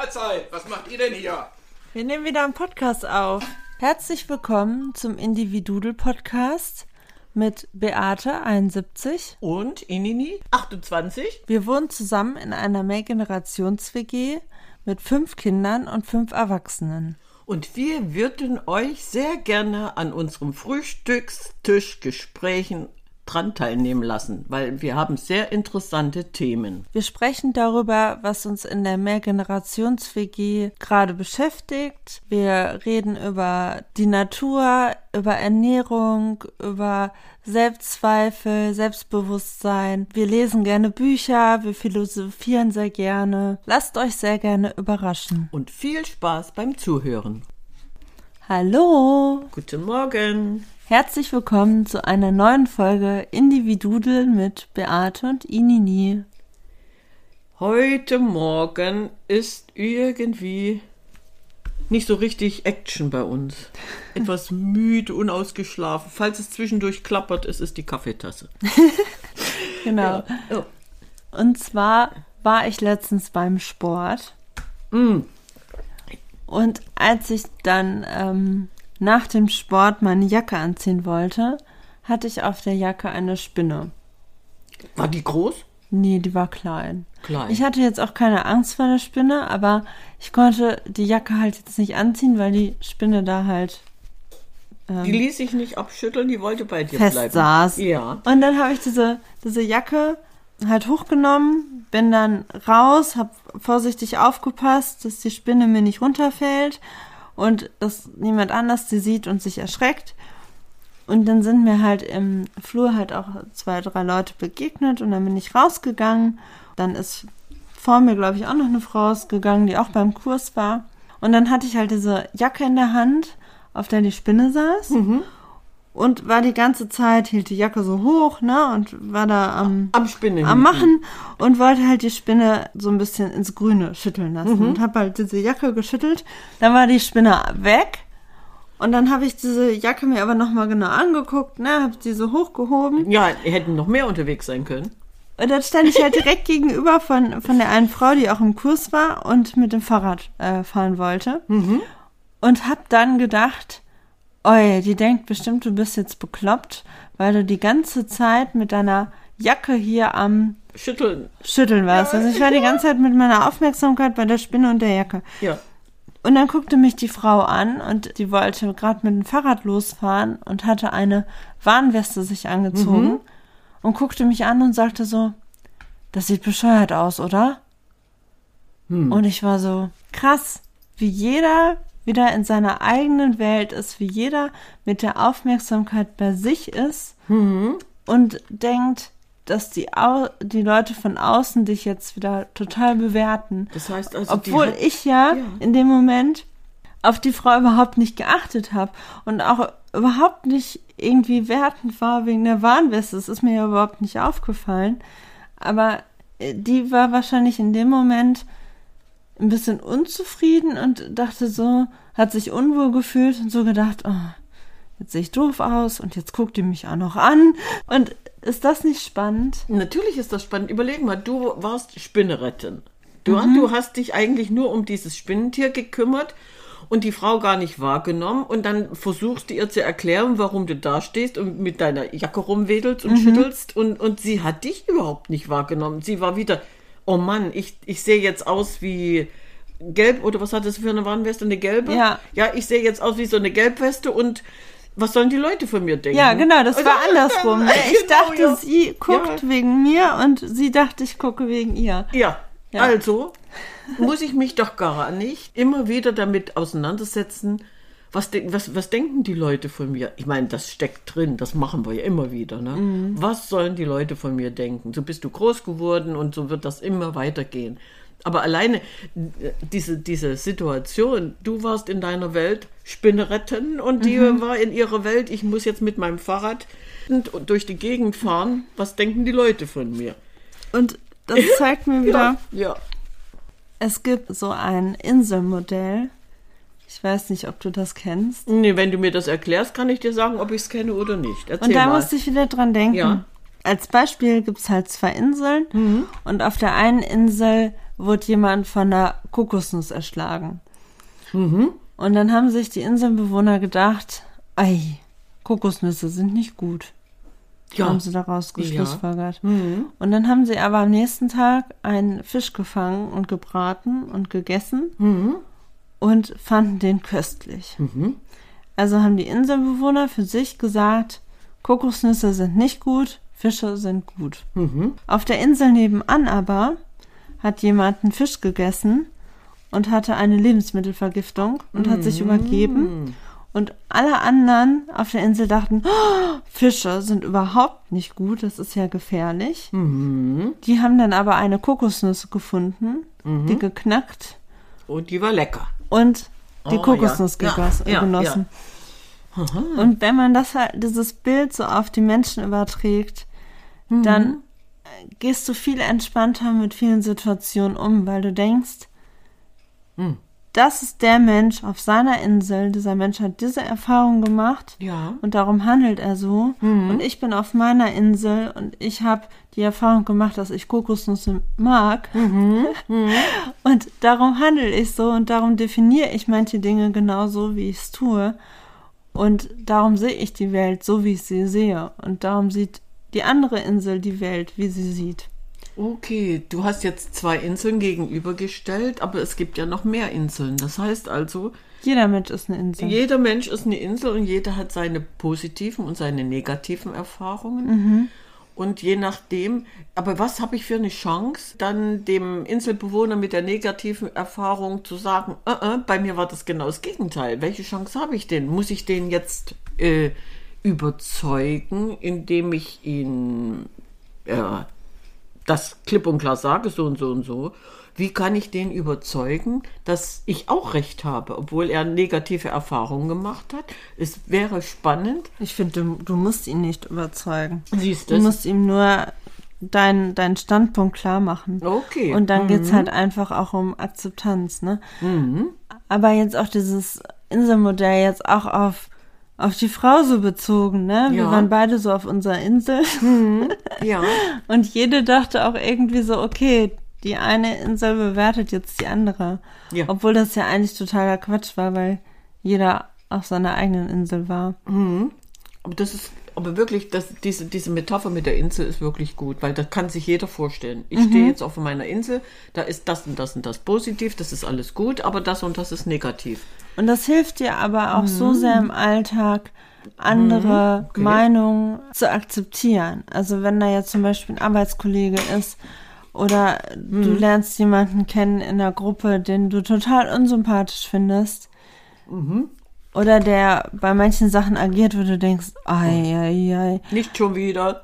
Mahlzeit! Was macht ihr denn hier? Wir nehmen wieder einen Podcast auf. Herzlich willkommen zum Individudel-Podcast mit Beate, 71. Und Inini, 28. Wir wohnen zusammen in einer Mehrgenerations-WG mit 5 Kindern und 5 Erwachsenen. Und wir würden euch sehr gerne an unserem Frühstückstischgesprächen dran teilnehmen lassen, weil wir haben sehr interessante Themen. Wir sprechen darüber, was uns in der Mehrgenerations-WG gerade beschäftigt. Wir reden über die Natur, über Ernährung, über Selbstzweifel, Selbstbewusstsein. Wir lesen gerne Bücher, wir philosophieren sehr gerne. Lasst euch sehr gerne überraschen. Und viel Spaß beim Zuhören. Hallo! Guten Morgen! Herzlich willkommen zu einer neuen Folge Individudel mit Beate und Inini. Heute Morgen ist irgendwie nicht so richtig Action bei uns. Etwas müde, unausgeschlafen. Falls es zwischendurch klappert, es ist die Kaffeetasse. Genau. Ja. Oh. Und zwar war ich letztens beim Sport. Und als ich dann nach dem Sport meine Jacke anziehen wollte, hatte ich auf der Jacke eine Spinne. War die groß? Nee, die war klein. Klein. Ich hatte jetzt auch keine Angst vor der Spinne, aber ich konnte die Jacke halt jetzt nicht anziehen, weil die Spinne da halt die ließ sich nicht abschütteln, die wollte bei dir fest bleiben. Saß. Ja. Und dann habe ich diese Jacke halt hochgenommen, bin dann raus, habe vorsichtig aufgepasst, dass die Spinne mir nicht runterfällt und dass niemand anders sie sieht und sich erschreckt. Und dann sind mir halt im Flur halt auch 2, 3 Leute begegnet und dann bin ich rausgegangen. Dann ist vor mir, glaube ich, auch noch eine Frau rausgegangen, die auch beim Kurs war. Und dann hatte ich halt diese Jacke in der Hand, auf der die Spinne saß. Und war die ganze Zeit, hielt die Jacke so hoch, ne, und war da am Machen und wollte halt die Spinne so ein bisschen ins Grüne schütteln lassen. Und habe halt diese Jacke geschüttelt. Dann war die Spinne weg. Und dann habe ich diese Jacke mir aber nochmal genau angeguckt, ne, habe die so hochgehoben. Ja, hätten noch mehr unterwegs sein können. Und dann stand ich halt direkt gegenüber von der einen Frau, die auch im Kurs war und mit dem Fahrrad fahren wollte. Und habe dann gedacht, oi, die denkt bestimmt, du bist jetzt bekloppt, weil du die ganze Zeit mit deiner Jacke hier am Schütteln warst. Also ich war die ganze Zeit mit meiner Aufmerksamkeit bei der Spinne und der Jacke. Ja. Und dann guckte mich die Frau an und die wollte gerade mit dem Fahrrad losfahren und hatte eine Warnweste sich angezogen und guckte mich an und sagte so, das sieht bescheuert aus, oder? Und ich war so, krass, wie jeder wieder in seiner eigenen Welt ist, wie jeder mit der Aufmerksamkeit bei sich ist und denkt, dass die Leute von außen dich jetzt wieder total bewerten. Das heißt also, obwohl ich ja in dem Moment auf die Frau überhaupt nicht geachtet habe und auch überhaupt nicht irgendwie wertend war wegen der Warnweste. Das ist mir ja überhaupt nicht aufgefallen. Aber die war wahrscheinlich in dem Moment ein bisschen unzufrieden und dachte so, hat sich unwohl gefühlt und so gedacht, oh, jetzt sehe ich doof aus und jetzt guckt die mich auch noch an. Und ist das nicht spannend? Natürlich ist das spannend. Überleg mal, du warst Spinnerettin. Du hast dich eigentlich nur um dieses Spinnentier gekümmert und die Frau gar nicht wahrgenommen und dann versuchst du ihr zu erklären, warum du da stehst und mit deiner Jacke rumwedelst und schüttelst und sie hat dich überhaupt nicht wahrgenommen. Sie war wieder, oh Mann, ich sehe jetzt aus wie gelb, oder was hat das für eine Warnweste, eine gelbe? Ja. Ja, ich sehe jetzt aus wie so eine Gelbweste und was sollen die Leute von mir denken? Ja, genau, das war andersrum. Ne? Ich dachte, ja. sie guckt wegen mir und sie dachte, ich gucke wegen ihr. Ja. Also muss ich mich doch gar nicht immer wieder damit auseinandersetzen, was denken die Leute von mir? Ich meine, das steckt drin, das machen wir ja immer wieder. Ne? Was sollen die Leute von mir denken? So bist du groß geworden und so wird das immer weitergehen. Aber alleine diese Situation, du warst in deiner Welt Spinnerettin und die war in ihrer Welt, ich muss jetzt mit meinem Fahrrad durch die Gegend fahren. Was denken die Leute von mir? Und das zeigt mir wieder, ja. Es gibt so ein Inselmodell. Ich weiß nicht, ob du das kennst. Nee, wenn du mir das erklärst, kann ich dir sagen, ob ich es kenne oder nicht. Erzähl und da mal. musste ich wieder dran denken. Ja. Als Beispiel gibt es halt 2 Inseln und auf der einen Insel wurde jemand von einer Kokosnuss erschlagen. Und dann haben sich die Inselbewohner gedacht, ei, Kokosnüsse sind nicht gut. Ja. Haben sie daraus geschlussfolgert. Und dann haben sie aber am nächsten Tag einen Fisch gefangen und gebraten und gegessen und fanden den köstlich. Also haben die Inselbewohner für sich gesagt, Kokosnüsse sind nicht gut, Fische sind gut. Auf der Insel nebenan aber hat jemand einen Fisch gegessen und hatte eine Lebensmittelvergiftung und hat sich übergeben. Und alle anderen auf der Insel dachten, oh, Fische sind überhaupt nicht gut, das ist ja gefährlich. Die haben dann aber eine Kokosnuss gefunden, die geknackt. Und die war lecker. Und die Kokosnuss genossen. Und wenn man dieses Bild so auf die Menschen überträgt, dann gehst du viel entspannter mit vielen Situationen um, weil du denkst, das ist der Mensch auf seiner Insel, dieser Mensch hat diese Erfahrung gemacht und darum handelt er so. Und ich bin auf meiner Insel und ich habe die Erfahrung gemacht, dass ich Kokosnüsse mag. Und darum handle ich so und darum definiere ich manche Dinge genauso, wie ich es tue. Und darum sehe ich die Welt so, wie ich sie sehe. Und darum sieht die andere Insel die Welt, wie sie sieht. Okay, du hast jetzt 2 Inseln gegenübergestellt, aber es gibt ja noch mehr Inseln. Das heißt also, jeder Mensch ist eine Insel. Jeder Mensch ist eine Insel und jeder hat seine positiven und seine negativen Erfahrungen. Und je nachdem, aber was habe ich für eine Chance, dann dem Inselbewohner mit der negativen Erfahrung zu sagen, bei mir war das genau das Gegenteil. Welche Chance habe ich denn? Muss ich den jetzt überzeugen, indem ich ihn das klipp und klar sage, so und so und so? Wie kann ich den überzeugen, dass ich auch recht habe, obwohl er negative Erfahrungen gemacht hat? Es wäre spannend. Ich finde, du musst ihn nicht überzeugen. Siehst du? Du musst ihm nur deinen Standpunkt klar machen. Okay. Und dann geht's halt einfach auch um Akzeptanz, ne? Aber jetzt auch dieses Inselmodell jetzt auch auf die Frau so bezogen, ne? Wir waren beide so auf unserer Insel. Ja. Und jede dachte auch irgendwie so, okay, die eine Insel bewertet jetzt die andere. Ja. Obwohl das ja eigentlich totaler Quatsch war, weil jeder auf seiner eigenen Insel war. Aber wirklich, diese Metapher mit der Insel ist wirklich gut, weil das kann sich jeder vorstellen. Ich stehe jetzt auf meiner Insel, da ist das und das und das positiv, das ist alles gut, aber das und das ist negativ. Und das hilft dir aber auch so sehr im Alltag, andere Meinungen zu akzeptieren. Also wenn da jetzt zum Beispiel ein Arbeitskollege ist oder du lernst jemanden kennen in der Gruppe, den du total unsympathisch findest oder der bei manchen Sachen agiert, wo du denkst, ei. Nicht schon wieder.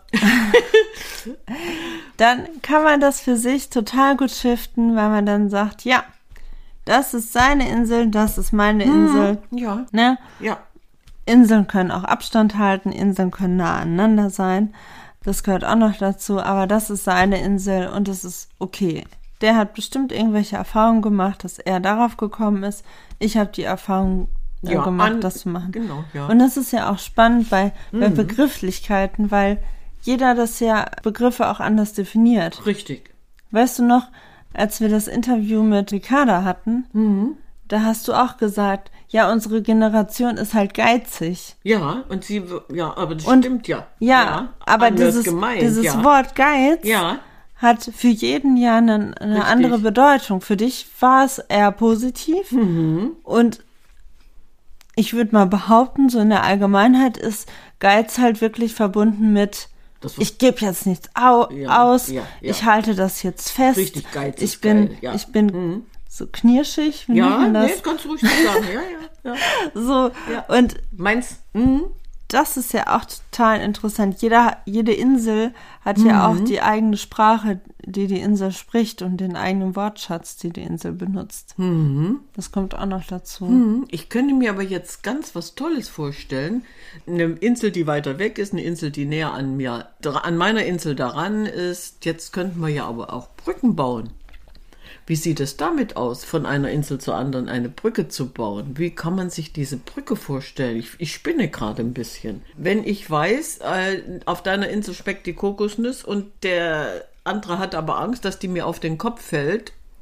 Dann kann man das für sich total gut shiften, weil man dann sagt, ja, das ist seine Insel, das ist meine Insel. Ja. Ne? Ja. Inseln können auch Abstand halten, Inseln können nah aneinander sein. Das gehört auch noch dazu, aber das ist seine Insel und das ist okay. Der hat bestimmt irgendwelche Erfahrungen gemacht, dass er darauf gekommen ist. Ich habe die Erfahrung gemacht, das zu machen. Genau, ja. Und das ist ja auch spannend bei Begrifflichkeiten, weil jeder das ja Begriffe auch anders definiert. Richtig. Weißt du noch, als wir das Interview mit Ricarda hatten, da hast du auch gesagt, ja, unsere Generation ist halt geizig. Ja, aber das stimmt ja. Ja, aber dieses Wort Geiz hat für jeden ja eine andere Bedeutung. Für dich war es eher positiv und ich würde mal behaupten, so in der Allgemeinheit ist Geiz halt wirklich verbunden mit ich gebe jetzt nichts aus, ich halte das jetzt fest. Richtig geizig. Ich bin so knirschig. Wie nennt man das? Nee, kannst du ruhig sagen. Ja. So, und meins, das ist ja auch total interessant. Jede Insel hat ja auch die eigene Sprache, die Insel spricht und den eigenen Wortschatz, die Insel benutzt. Das kommt auch noch dazu. Ich könnte mir aber jetzt ganz was Tolles vorstellen. Eine Insel, die weiter weg ist, eine Insel, die näher an meiner Insel daran ist. Jetzt könnten wir ja aber auch Brücken bauen. Wie sieht es damit aus, von einer Insel zur anderen eine Brücke zu bauen? Wie kann man sich diese Brücke vorstellen? Ich spinne gerade ein bisschen. Wenn ich weiß, auf deiner Insel schmeckt die Kokosnuss und der andere hat aber Angst, dass die mir auf den Kopf fällt,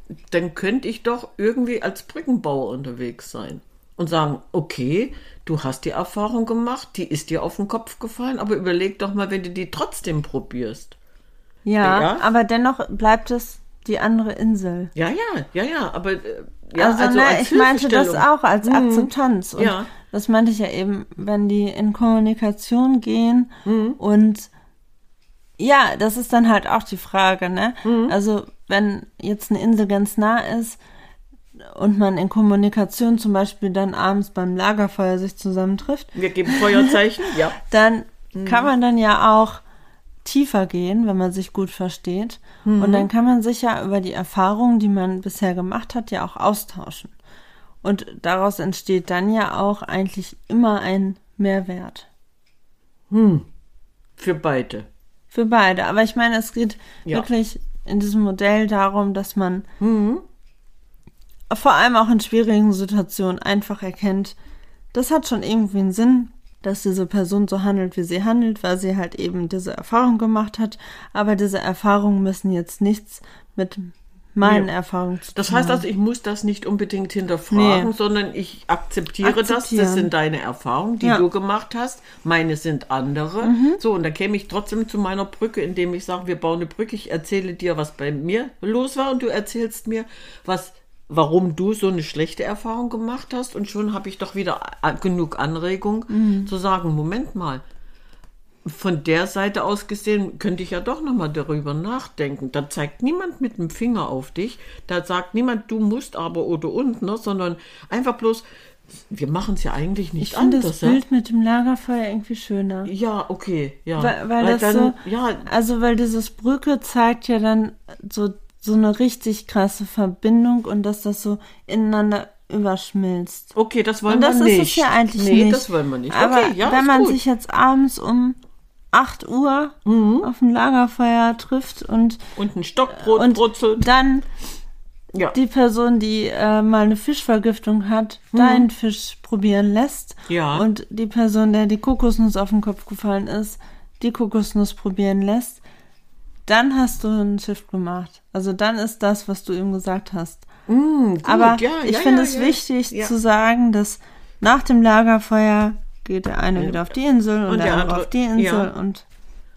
dann könnte ich doch irgendwie als Brückenbauer unterwegs sein und sagen, okay, du hast die Erfahrung gemacht, die ist dir auf den Kopf gefallen, aber überleg doch mal, wenn du die trotzdem probierst. Ja, aber dennoch bleibt es die andere Insel. Ja, aber Also als ich meinte das Hilfestellung. auch als Akzeptanz. Und Ja. das meinte ich ja eben, wenn die in Kommunikation gehen und ja, das ist dann halt auch die Frage, ne? Also wenn jetzt eine Insel ganz nah ist und man in Kommunikation zum Beispiel dann abends beim Lagerfeuer sich zusammentrifft, Wir geben Feuerzeichen, ja. dann kann man dann ja auch tiefer gehen, wenn man sich gut versteht. Und dann kann man sich ja über die Erfahrungen, die man bisher gemacht hat, ja auch austauschen. Und daraus entsteht dann ja auch eigentlich immer ein Mehrwert. Für beide. Für beide. Aber ich meine, es geht Ja. wirklich in diesem Modell darum, dass man vor allem auch in schwierigen Situationen einfach erkennt, das hat schon irgendwie einen Sinn, dass diese Person so handelt, wie sie handelt, weil sie halt eben diese Erfahrung gemacht hat. Aber diese Erfahrungen müssen jetzt nichts mit meinen Erfahrungen zu tun Das heißt haben. also, ich muss das nicht unbedingt hinterfragen, Nee. sondern ich akzeptiere das. Das Akzeptieren. sind deine Erfahrungen, die Ja. du gemacht hast. Meine sind andere. So, und dann käme ich trotzdem zu meiner Brücke, indem ich sage, wir bauen eine Brücke. Ich erzähle dir, was bei mir los war und du erzählst mir, warum du so eine schlechte Erfahrung gemacht hast. Und schon habe ich doch wieder genug Anregung zu sagen, Moment mal, von der Seite aus gesehen, könnte ich ja doch nochmal darüber nachdenken. Da zeigt niemand mit dem Finger auf dich. Da sagt niemand, du musst aber oder und, ne? Sondern einfach bloß, wir machen es ja eigentlich nicht Ich finde anders. das Bild mit dem Lagerfeuer irgendwie schöner. Ja, okay, ja. Weil das dann, so, ja, also weil dieses Brücke zeigt ja dann so eine richtig krasse Verbindung und dass das so ineinander überschmilzt. okay, das wollen Und das wir ist nicht. es ja eigentlich nee, nicht. das wollen wir nicht. Aber Okay, ja, wenn ist man gut. sich jetzt abends um 8 Uhr auf dem Lagerfeuer trifft und Und ein Stockbrot brutzelt. dann Ja. die Person, die mal eine Fischvergiftung hat, deinen Fisch probieren lässt Ja. und die Person, der die Kokosnuss auf den Kopf gefallen ist, die Kokosnuss probieren lässt, dann hast du einen Shift gemacht. Also dann ist das, was du ihm gesagt hast. Gut, Aber ja, ich ja, finde ja, es ja. wichtig Ja. zu sagen, dass nach dem Lagerfeuer geht der eine wieder auf die Insel und der andere auf die Insel ja. und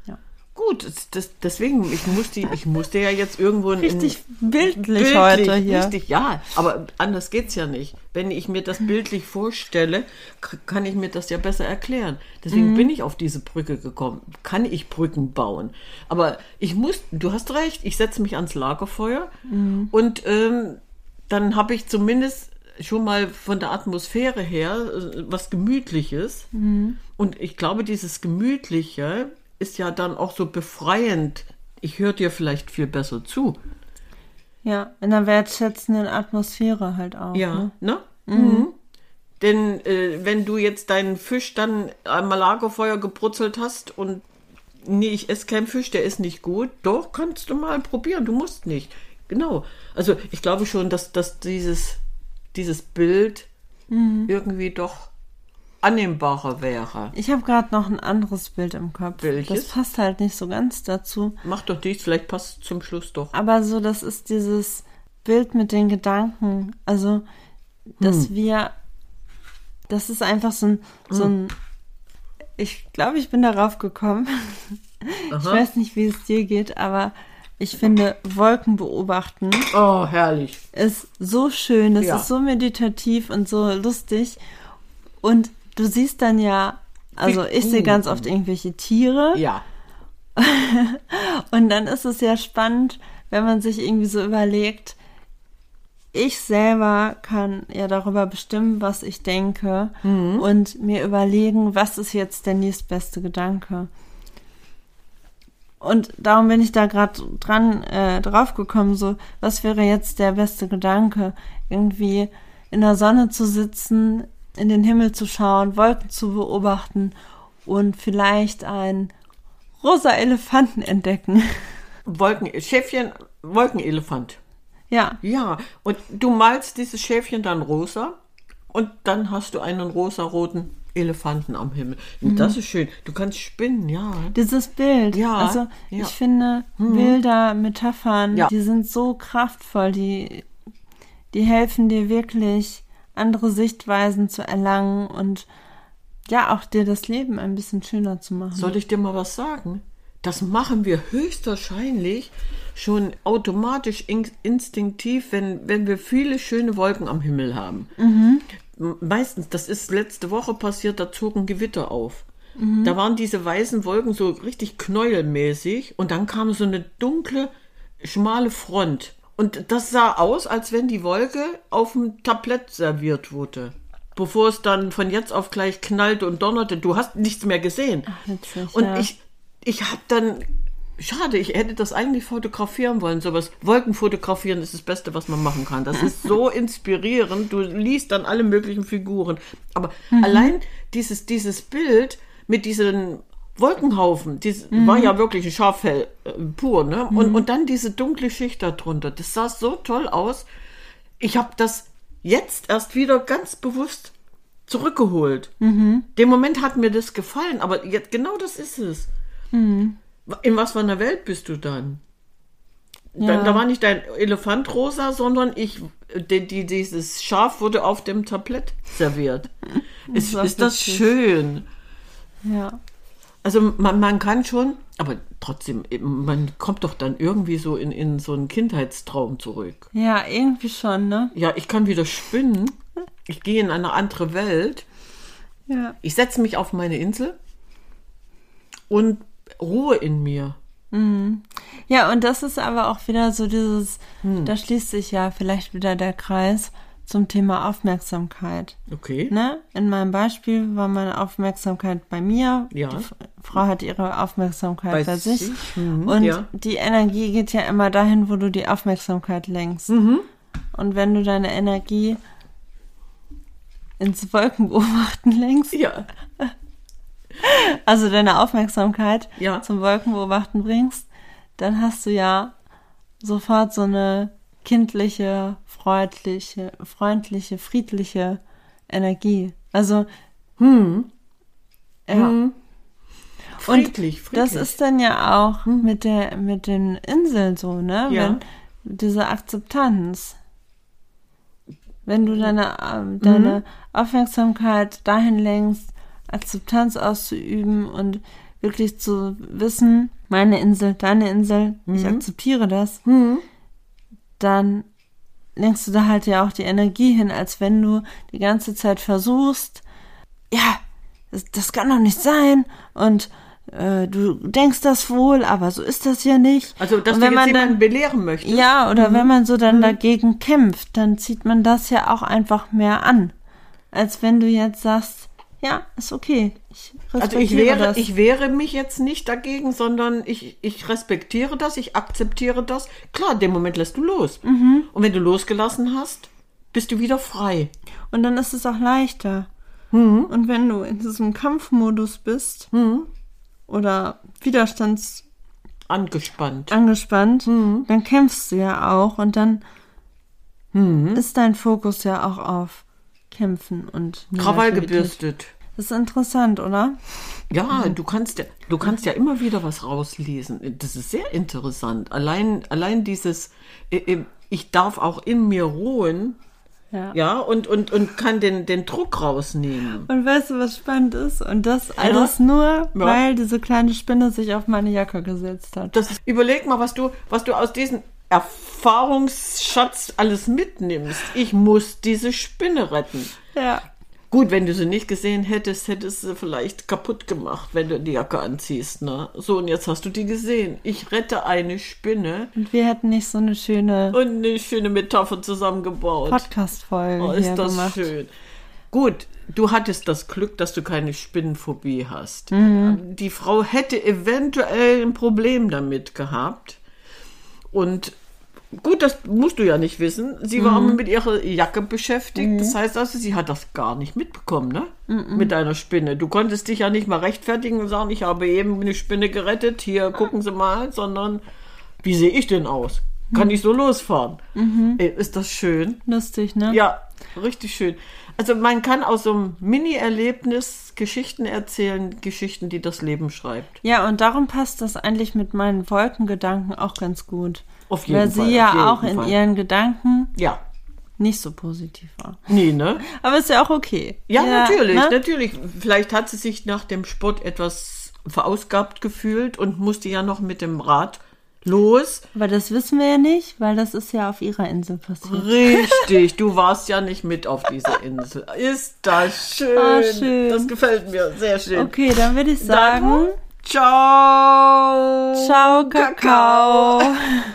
Gut, deswegen, ich musste ja jetzt irgendwo richtig bildlich heute hier. Richtig, ja, aber anders geht's ja nicht. Wenn ich mir das bildlich vorstelle, kann ich mir das ja besser erklären. Deswegen bin ich auf diese Brücke gekommen. Kann ich Brücken bauen? Aber du hast recht, ich setze mich ans Lagerfeuer und dann habe ich zumindest schon mal von der Atmosphäre her was Gemütliches. Und ich glaube, dieses Gemütliche ist ja dann auch so befreiend. Ich höre dir vielleicht viel besser zu. Ja, in einer wertschätzenden Atmosphäre halt auch. Ja, Ne? ne? Denn wenn du jetzt deinen Fisch dann am Lagerfeuer gebrutzelt hast und nee, ich esse keinen Fisch, der ist nicht gut, doch, kannst du mal probieren, du musst nicht. Genau. Also ich glaube schon, dass dieses Bild irgendwie doch annehmbarer wäre. Ich habe gerade noch ein anderes Bild im Kopf. Welches? Das passt halt nicht so ganz dazu. Mach doch dies, vielleicht passt es zum Schluss doch. Aber so, das ist dieses Bild mit den Gedanken. Also, dass das ist einfach so ein ich glaube, ich bin darauf gekommen. Ich weiß nicht, wie es dir geht, aber ich finde, Wolken beobachten Oh, herrlich. ist so schön. Das Ja. ist so meditativ und so lustig. Und du siehst dann ja, also ich sehe ganz oft irgendwelche Tiere. Ja. Und dann ist es ja spannend, wenn man sich irgendwie so überlegt, ich selber kann ja darüber bestimmen, was ich denke und mir überlegen, was ist jetzt der nächstbeste Gedanke. Und darum bin ich da gerade drauf gekommen, so, was wäre jetzt der beste Gedanke? Irgendwie in der Sonne zu sitzen, in den Himmel zu schauen, Wolken zu beobachten und vielleicht einen rosa Elefanten entdecken. Wolkenelefant. Ja, Ja, und du malst dieses Schäfchen dann rosa und dann hast du einen rosaroten Elefanten am Himmel. Und das ist schön. Du kannst spinnen, ja. Dieses Bild. Ja, Also ja. ich finde, Bilder, Metaphern, Ja. die sind so kraftvoll, die helfen dir wirklich, andere Sichtweisen zu erlangen und ja, auch dir das Leben ein bisschen schöner zu machen. Soll ich dir mal was sagen? Das machen wir höchstwahrscheinlich schon automatisch instinktiv, wenn wir viele schöne Wolken am Himmel haben. Meistens, das ist letzte Woche passiert, da zog ein Gewitter auf. Da waren diese weißen Wolken so richtig knäuelmäßig und dann kam so eine dunkle, schmale Front. Und das sah aus, als wenn die Wolke auf dem Tablett serviert wurde. Bevor es dann von jetzt auf gleich knallte und donnerte. Du hast nichts mehr gesehen. Ach, witzig, und ja. ich habe dann, schade, ich hätte das eigentlich fotografieren wollen. Sowas, Wolken fotografieren ist das Beste, was man machen kann. Das ist so inspirierend. Du liest dann alle möglichen Figuren. Aber allein dieses Bild mit diesen Wolkenhaufen, war ja wirklich ein Schafell pur, ne? Und dann diese dunkle Schicht darunter. Das sah so toll aus. Ich habe das jetzt erst wieder ganz bewusst zurückgeholt. Dem Moment hat mir das gefallen, aber jetzt genau das ist es. In was für einer Welt bist du dann? Ja. Da war nicht dein Elefant rosa, sondern dieses Schaf wurde auf dem Tablett serviert. Ist das witzig. schön? Ja. Also man kann schon, aber trotzdem, man kommt doch dann irgendwie so in so einen Kindheitstraum zurück. Ja, irgendwie schon, ne? Ja, ich kann wieder spinnen. Ich gehe in eine andere Welt. Ja. Ich setze mich auf meine Insel und Ruhe in mir. Ja, und das ist aber auch wieder so dieses, da schließt sich ja vielleicht wieder der Kreis zum Thema Aufmerksamkeit. Okay. Ne? In meinem Beispiel war meine Aufmerksamkeit bei mir. Ja. Die Frau hat ihre Aufmerksamkeit bei sich. Mhm, Und ja. die Energie geht ja immer dahin, wo du die Aufmerksamkeit lenkst. Und wenn du deine Energie ins Wolkenbeobachten lenkst, Ja. also deine Aufmerksamkeit Ja. zum Wolkenbeobachten bringst, dann hast du ja sofort so eine kindliche, freundliche, friedliche Energie. Also, ja. Friedlich. Das ist dann ja auch mit den Inseln so, ne? Ja. Wenn diese Akzeptanz, wenn du deine Aufmerksamkeit dahin lenkst, Akzeptanz auszuüben und wirklich zu wissen, meine Insel, deine Insel, ich akzeptiere das, dann lenkst du da halt ja auch die Energie hin, als wenn du die ganze Zeit versuchst, ja, das kann doch nicht sein und du denkst das wohl, aber so ist das ja nicht. Also, dass und du wenn jetzt man jemanden dann, belehren möchtest. ja, oder wenn man so dann dagegen kämpft, dann zieht man das ja auch einfach mehr an, als wenn du jetzt sagst, ja, ist okay, ich Also respektiere das. ich wehre mich jetzt nicht dagegen, sondern ich respektiere das, ich akzeptiere das. Klar, in dem Moment lässt du los. Und wenn du losgelassen hast, bist du wieder frei. Und dann ist es auch leichter. Und wenn du in diesem Kampfmodus bist oder Angespannt. angespannt, dann kämpfst du ja auch und dann ist dein Fokus ja auch auf Kämpfen und Krawall Negativität. gebürstet. Das ist interessant, oder? Ja, du kannst ja immer wieder was rauslesen. Das ist sehr interessant. Allein dieses, ich darf auch in mir ruhen, ja, und kann den Druck rausnehmen. Und weißt du, was spannend ist? Und das alles nur, weil diese kleine Spinne sich auf meine Jacke gesetzt hat. Überleg mal, was du aus diesem Erfahrungsschatz alles mitnimmst. Ich muss diese Spinne retten. Ja. Gut, wenn du sie nicht gesehen hättest, hättest du sie vielleicht kaputt gemacht, wenn du die Jacke anziehst. Ne? So, und jetzt hast du die gesehen. Ich rette eine Spinne. Und wir hätten nicht so eine schöne Und eine schöne Metapher zusammengebaut. Podcast-Folge Oh, ist hier das gemacht. schön. Gut, du hattest das Glück, dass du keine Spinnenphobie hast. Die Frau hätte eventuell ein Problem damit gehabt. Und gut, das musst du ja nicht wissen. Sie war mit ihrer Jacke beschäftigt. Das heißt also, sie hat das gar nicht mitbekommen, ne? Mit deiner Spinne. Du konntest dich ja nicht mal rechtfertigen und sagen, ich habe eben eine Spinne gerettet. Hier, gucken Sie mal. Sondern, wie sehe ich denn aus? Kann ich so losfahren? Ey, ist das schön? Lustig, ne? Ja, richtig schön. Also man kann aus so einem Mini-Erlebnis Geschichten erzählen, Geschichten, die das Leben schreibt. Ja, und darum passt das eigentlich mit meinen Wolkengedanken auch ganz gut. Auf jeden Weil Fall. sie ja auf jeden auch in Fall. ihren Gedanken Ja. nicht so positiv war. Nee, ne? Aber ist ja auch okay. Ja, natürlich, ne? natürlich. Vielleicht hat sie sich nach dem Sport etwas verausgabt gefühlt und musste ja noch mit dem Rad los. Aber das wissen wir ja nicht, weil das ist ja auf ihrer Insel passiert. Richtig, du warst ja nicht mit auf dieser Insel. Ist das schön. Ah, schön. Das gefällt mir sehr schön. Okay, dann würde ich sagen, Ciao. ciao, Kakao.